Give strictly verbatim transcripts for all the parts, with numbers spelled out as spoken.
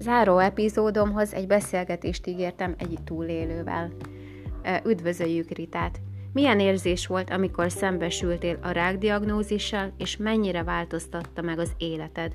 Záró epizódomhoz egy beszélgetést ígértem egy túlélővel. Üdvözöljük Ritát! Milyen érzés volt, amikor szembesültél a rákdiagnózissal, és mennyire változtatta meg az életed?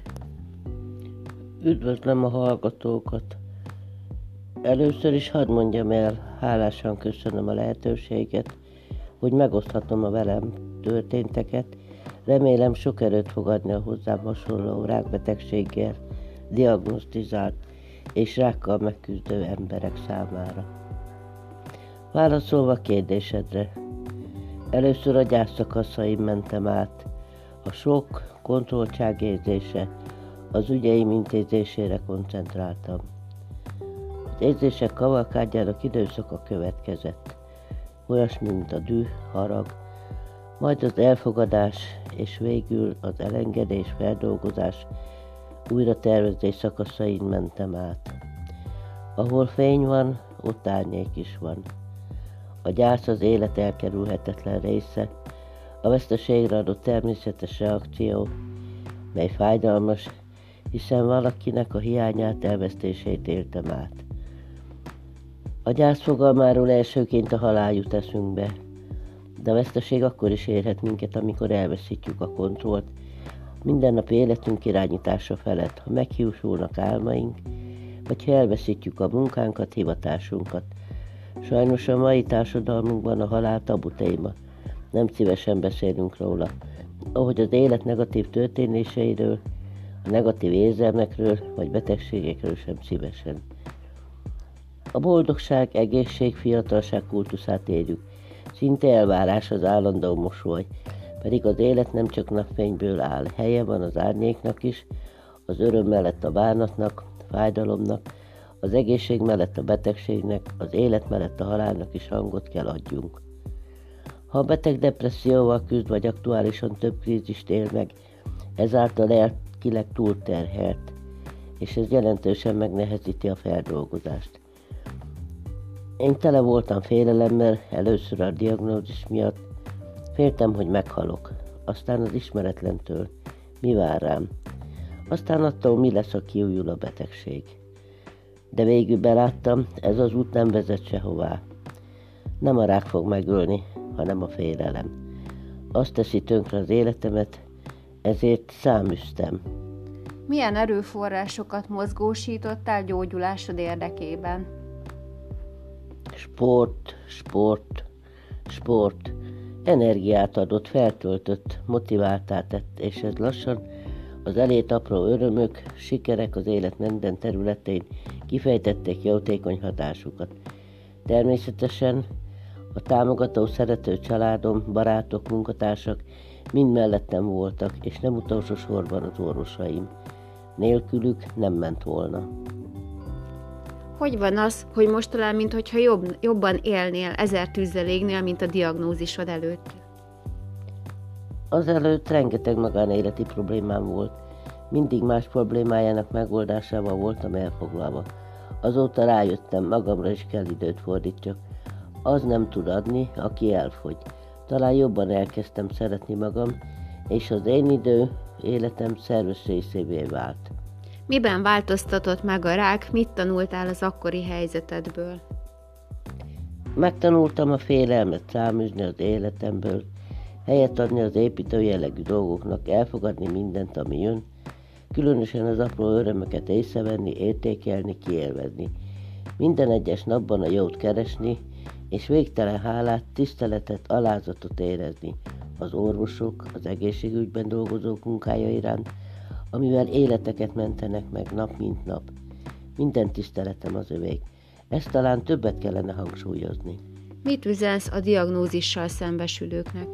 Üdvözlöm a hallgatókat! Először is hadd mondjam el, hálásan köszönöm a lehetőséget, hogy megoszthatom a velem történteket. Remélem sok erőt fog adni a hozzám hasonló rákbetegséggel diagnosztizált és rákkal megküzdő emberek számára. Válaszolva a kérdésedre, először a gyászszakaszaim mentem át, a sok kontrolltság érzése, az ügyeim intézésére koncentráltam. Az érzések kavalkádjának időszaka következett, olyasmi, mint a düh, harag, majd az elfogadás, és végül az elengedés, feldolgozás, újra tervezés szakaszain mentem át. Ahol fény van, ott árnyék is van. A gyász az élet elkerülhetetlen része, a veszteségre adott természetes reakció, mely fájdalmas, hiszen valakinek a hiányát, elvesztését éltem át. A gyász fogalmáról elsőként a halál jut eszünkbe, de a veszteség akkor is érhet minket, amikor elveszítjük a kontrollt mindennapi életünk irányítása felett, ha meghiúsulnak álmaink, vagy ha elveszítjük a munkánkat, hivatásunkat. Sajnos a mai társadalmunkban a halál tabu téma. Nem szívesen beszélünk róla. Ahogy az élet negatív történéseiről, a negatív érzelmekről vagy betegségekről sem szívesen. A boldogság, egészség, fiatalság kultuszát éljük. Szinte elvárás az állandó mosoly, pedig az élet nem csak napfényből áll. Helye van az árnyéknak is, az öröm mellett a bánatnak, fájdalomnak, az egészség mellett a betegségnek, az élet mellett a halálnak is hangot kell adjunk. Ha a beteg depresszióval küzd, vagy aktuálisan több krízist él meg, ezáltal lelkileg túlterhelt, és ez jelentősen megnehezíti a feldolgozást. Én tele voltam félelemmel, először a diagnózis miatt, féltem, hogy meghalok, aztán az ismeretlentől, mi vár rám, aztán attól, mi lesz, ha kiújul a betegség. De végül beláttam, ez az út nem vezet sehová. Nem a rák fog megölni, hanem a félelem. Azt teszi tönkre az életemet, ezért száműztem. Milyen erőforrásokat mozgósítottál gyógyulásod érdekében? Sport, sport, sport. Energiát adott, feltöltött, motiváltá tett, és ez lassan az elét apró örömök, sikerek az élet minden területén kifejtették jótékony hatásukat. Természetesen a támogató, szerető családom, barátok, munkatársak mind mellettem voltak, és nem utolsó sorban az orvosaim. Nélkülük nem ment volna. Hogy van az, hogy most talán, mintha jobb, jobban élnél, ezer tűzzel égnél, mint a diagnózisod előtt? Azelőtt rengeteg magánéleti problémám volt. Mindig más problémájának megoldásával voltam elfoglalva. Azóta rájöttem, magamra is kell időt fordítsak. Az nem tud adni, aki elfogy. Talán jobban elkezdtem szeretni magam, és az én idő, életem szerves részévé vált. Miben változtatott meg a rák, mit tanultál az akkori helyzetedből? Megtanultam a félelmet száműzni az életemből, helyet adni az építő jellegű dolgoknak, elfogadni mindent, ami jön, különösen az apró örömöket észrevenni, értékelni, kiélvezni. Minden egyes napban a jót keresni, és végtelen hálát, tiszteletet, alázatot érezni az orvosok, az egészségügyben dolgozók munkája iránt, amivel életeket mentenek meg nap mint nap. Minden tiszteletem az övék. Ezt talán többet kellene hangsúlyozni. Mit üzensz a diagnózissal szembesülőknek?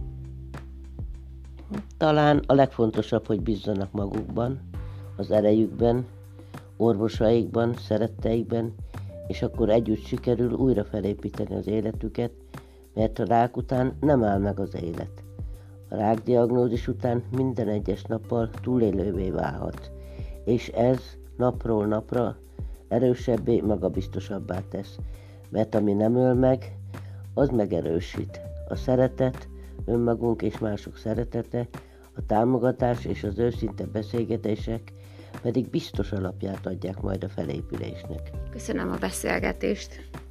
Talán a legfontosabb, hogy bízzanak magukban, az erejükben, orvosaikban, szeretteikben, és akkor együtt sikerül újra felépíteni az életüket, mert a rák után nem áll meg az élet. A rákdiagnózis után minden egyes nappal túlélővé válhat, és ez napról napra erősebbé, magabiztosabbá tesz, mert ami nem öl meg, az megerősít. A szeretet, önmagunk és mások szeretete, a támogatás és az őszinte beszélgetések pedig biztos alapját adják majd a felépülésnek. Köszönöm a beszélgetést!